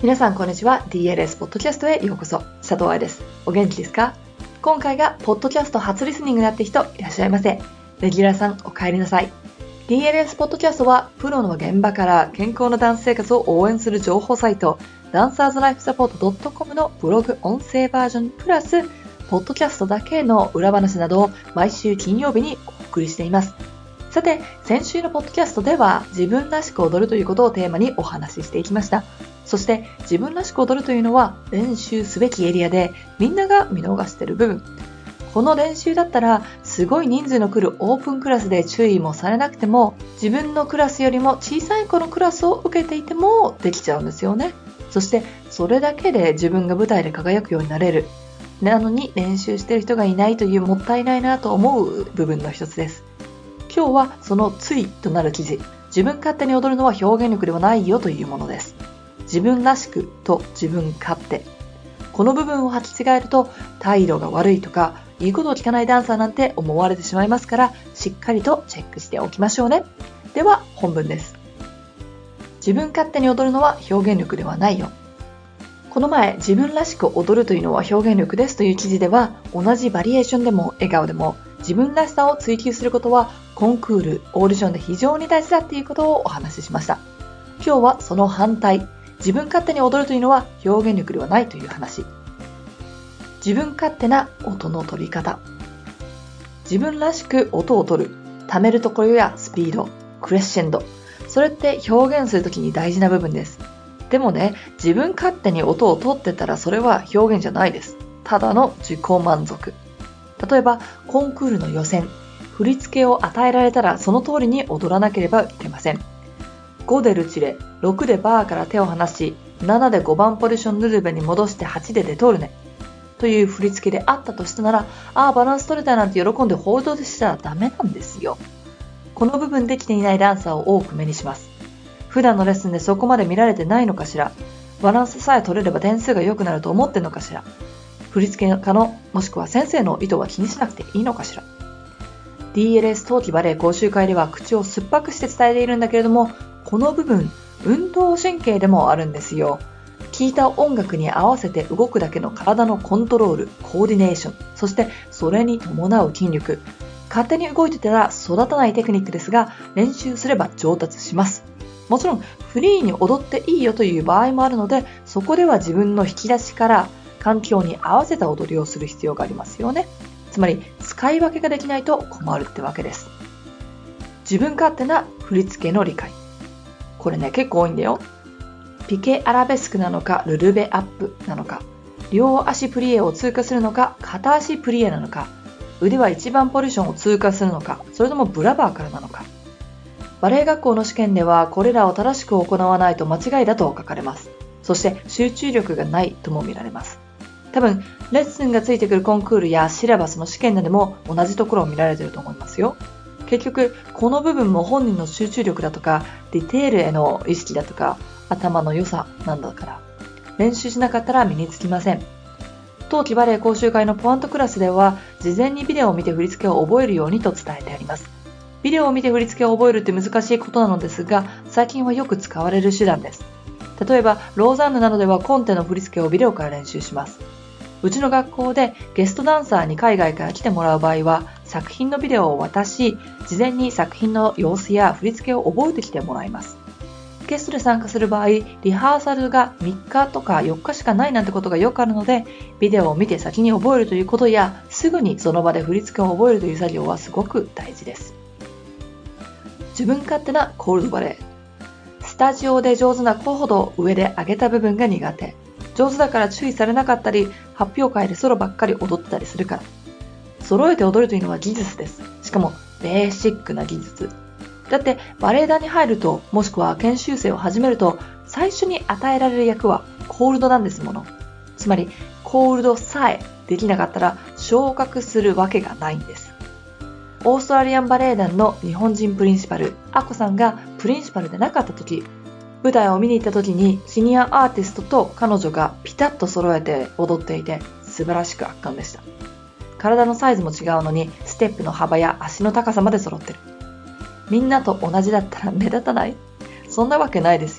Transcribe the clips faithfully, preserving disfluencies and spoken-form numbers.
皆さんこんにちは。 ディーエルエス ポッドキャストへようこそ。佐藤愛です。お元気ですか？今回がポッドキャスト初リスニングだって人いらっしゃいませ。レギュラーさんお帰りなさい。 ディーエルエス ポッドキャストはプロの現場から健康なダンス生活を応援する情報サイトダンサーズライフサポート .com のブログ音声バージョンプラスポッドキャストだけの裏話などを毎週金曜日にお送りしています。さて、先週のポッドキャストでは自分らしく踊るということをテーマにお話ししていきました。そして自分らしく踊るというのは練習すべきエリアでみんなが見逃している部分。この練習だったらすごい人数の来るオープンクラスで注意もされなくても自分のクラスよりも小さい子のクラスを受けていてもできちゃうんですよね。そしてそれだけで自分が舞台で輝くようになれる。なのに練習している人がいないというもったいないなと思う部分の一つです。今日はその対となる記事、自分勝手に踊るのは表現力ではないよというものです。自分らしくと自分勝手。この部分を履き違えると態度が悪いとか言うことを聞かないダンサーなんて思われてしまいますからしっかりとチェックしておきましょうね。では本文です。自分勝手に踊るのは表現力ではないよ。この前自分らしく踊るというのは表現力ですという記事では同じバリエーションでも笑顔でも自分らしさを追求することはコンクール、オーディションで非常に大事だっていうことをお話ししました。今日はその反対、自分勝手に踊るというのは表現力ではないという話。自分勝手な音の取り方。自分らしく音を取る、溜めるところやスピード、クレッシェンド。それって表現するときに大事な部分です。でもね、自分勝手に音を取ってたらそれは表現じゃないです。ただの自己満足。例えばコンクールの予選、振り付けを与えられたらその通りに踊らなければいけません。ごでルチレ、ろくでバーから手を離し、ななでごばんポジションヌルベに戻してはちでデトールネという振り付けであったとしたなら、ああバランス取れたなんて喜んで報道でしたらダメなんですよ。この部分できていないダンサーを多く目にします。普段のレッスンでそこまで見られてないのかしら。バランスさえ取れれば点数が良くなると思ってるのかしら。振付家のもしくは先生の意図は気にしなくていいのかしら。 ディーエルエス 冬季バレエ講習会では口を酸っぱくして伝えているんだけれども、この部分運動神経でもあるんですよ。聴いた音楽に合わせて動くだけの体のコントロール、コーディネーション、そしてそれに伴う筋力。勝手に動いてたら育たないテクニックですが練習すれば上達します。もちろんフリーに踊っていいよという場合もあるので、そこでは自分の引き出しから環境に合わせた踊りをする必要がありますよね。つまり使い分けができないと困るってわけです。自分勝手な振り付けの理解。これね結構多いんだよ。ピケアラベスクなのかルルベアップなのか、両足プリエを通過するのか片足プリエなのか、腕はいちばんポジションを通過するのか、それともブラバーからなのか。バレエ学校の試験ではこれらを正しく行わないと間違いだと書かれます。そして集中力がないとも見られます。多分レッスンがついてくるコンクールやシラバスの試験などでも同じところを見られていると思いますよ。結局この部分も本人の集中力だとかディテールへの意識だとか頭の良さなんだから、練習しなかったら身につきません。冬季バレエ講習会のポワントクラスでは事前にビデオを見て振り付けを覚えるようにと伝えてあります。ビデオを見て振り付けを覚えるって難しいことなのですが、最近はよく使われる手段です。例えばローザンヌなどではコンテの振り付けをビデオから練習します。うちの学校でゲストダンサーに海外から来てもらう場合は作品のビデオを渡し、事前に作品の様子や振り付けを覚えてきてもらいます。ゲストで参加する場合、リハーサルがみっかとかよっかしかないなんてことがよくあるので、ビデオを見て先に覚えるということやすぐにその場で振り付けを覚えるという作業はすごく大事です。自分勝手なコールドバレエ。スタジオで上手な子ほど上で上げた部分が苦手。上手だから注意されなかったり、発表会でソロばっかり踊ってたりするから。揃えて踊るというのは技術です。しかもベーシックな技術。だってバレエ団に入ると、もしくは研修生を始めると、最初に与えられる役はコールドなんですもの。つまりコールドさえできなかったら昇格するわけがないんです。オーストラリアンバレエ団の日本人プリンシパル、アコさんがプリンシパルでなかった時、舞台を見に行った時にシニアアーティストと彼女がピタッと揃えて踊っていて素晴らしく圧巻でした。体のサイズも違うのにステップの幅や足の高さまで揃ってる。みんなと同じだったら目立たない？そんなわけないですよ。ス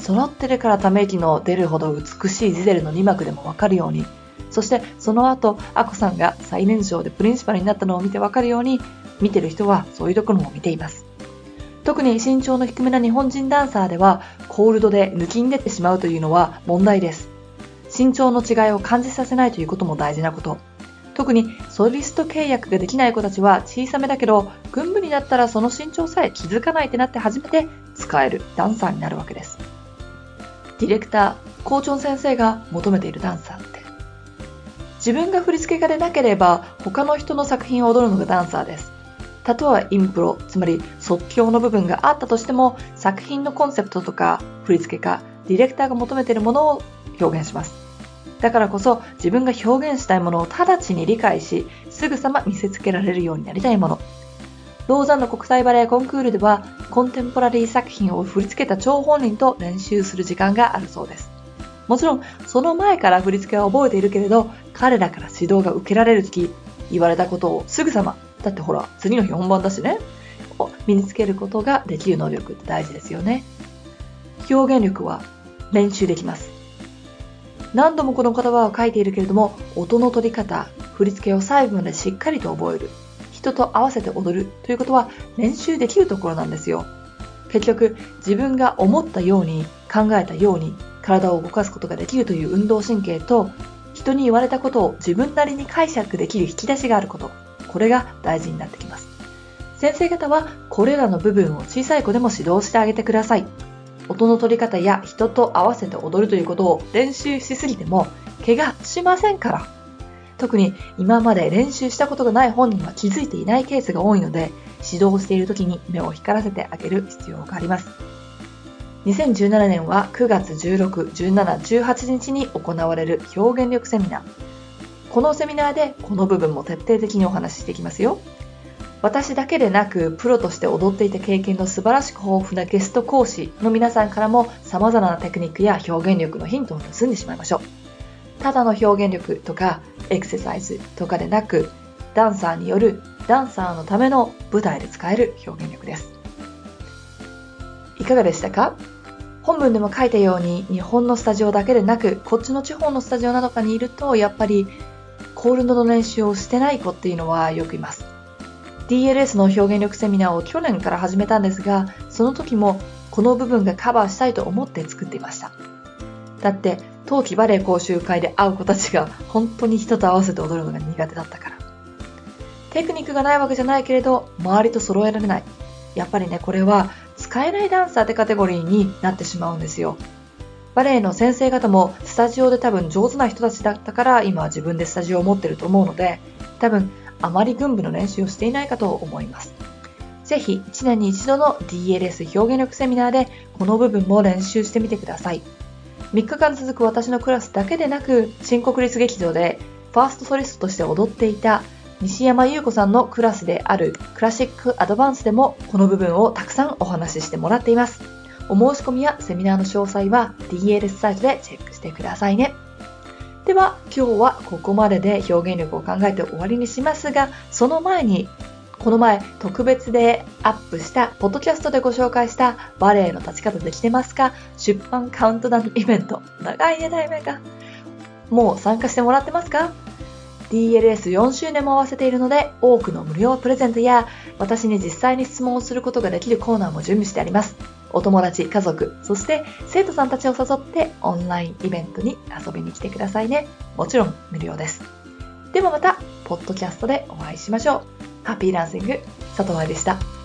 揃ってるからため息の出るほど美しいジゼルのに幕でもわかるように、そしてその後アコさんが最年少でプリンシパルになったのを見てわかるように、見てる人はそういうところも見ています。特に身長の低めな日本人ダンサーではコールドで抜きに出てしまうというのは問題です。身長の違いを感じさせないということも大事なこと。特にソリスト契約ができない子たちは小さめだけど、軍部になったらその身長さえ気づかないってなって初めて使えるダンサーになるわけです。ディレクター、コーチョン先生が求めているダンサーって、自分が振付家でなければ他の人の作品を踊るのがダンサーです。たとえインプロ、つまり即興の部分があったとしても、作品のコンセプトとか振付家、ディレクターが求めているものを表現します。だからこそ自分が表現したいものを直ちに理解し、すぐさま見せつけられるようになりたいもの。ローザンの国際バレエコンクールではコンテンポラリー作品を振り付けた張本人と練習する時間があるそうです。もちろんその前から振り付けは覚えているけれど、彼らから指導が受けられるとき、言われたことをすぐさま、だってほら次の日本番だしね、を身につけることができる能力って大事ですよね。表現力は練習できます。何度もこの言葉を書いているけれども、音の取り方、振り付けを細部までしっかりと覚える、人と合わせて踊るということは練習できるところなんですよ。結局自分が思ったように考えたように体を動かすことができるという運動神経と、人に言われたことを自分なりに解釈できる引き出しがあること、これが大事になってきます。先生方はこれらの部分を小さい子でも指導してあげてください。音の取り方や人と合わせて踊るということを練習しすぎても怪我しませんから。特に今まで練習したことがない本人は気づいていないケースが多いので、指導している時に目を光らせてあげる必要があります。にせんじゅうななねんはくがつじゅうろく、じゅうなな、じゅうはちにちに行われる表現力セミナー。このセミナーでこの部分も徹底的にお話ししていきますよ。私だけでなく、プロとして踊っていた経験の素晴らしく豊富なゲスト講師の皆さんからも様々なテクニックや表現力のヒントを盗んでしまいましょう。ただの表現力とかエクササイズとかでなく、ダンサーによるダンサーのための舞台で使える表現力です。いかがでしたか？本文でも書いたように、日本のスタジオだけでなく、こっちの地方のスタジオなどかにいると、やっぱりコールドの練習をしてない子っていうのはよくいます。ディーエルエス の表現力セミナーを去年から始めたんですが、その時もこの部分がカバーしたいと思って作っていました。だって冬季バレエ講習会で会う子たちが本当に人と合わせて踊るのが苦手だったから。テクニックがないわけじゃないけれど、周りと揃えられない。やっぱりね、これは使えないダンサーってカテゴリーになってしまうんですよ。バレエの先生方もスタジオで多分上手な人たちだったから今は自分でスタジオを持ってると思うので、多分あまり群舞の練習をしていないかと思います。ぜひいちねんに一度の ディーエルエス 表現力セミナーでこの部分も練習してみてください。みっかかん続く私のクラスだけでなく、新国立劇場でファーストソリストとして踊っていた西山優子さんのクラスであるクラシックアドバンスでもこの部分をたくさんお話ししてもらっています。お申し込みやセミナーの詳細は ディーエルエス サイトでチェックしてくださいね。では今日はここまでで表現力を考えて終わりにしますが、その前にこの前特別でアップしたポッドキャストでご紹介したバレエの立ち方できてますか出版カウントダウンイベント、長いね題名が、もう参加してもらってますか？ ディーエルエスよん 周年も合わせているので、多くの無料プレゼントや私に実際に質問をすることができるコーナーも準備してあります。お友達、家族、そして生徒さんたちを誘ってオンラインイベントに遊びに来てくださいね。もちろん無料です。ではまたポッドキャストでお会いしましょう。ハッピーダンシング、佐藤愛でした。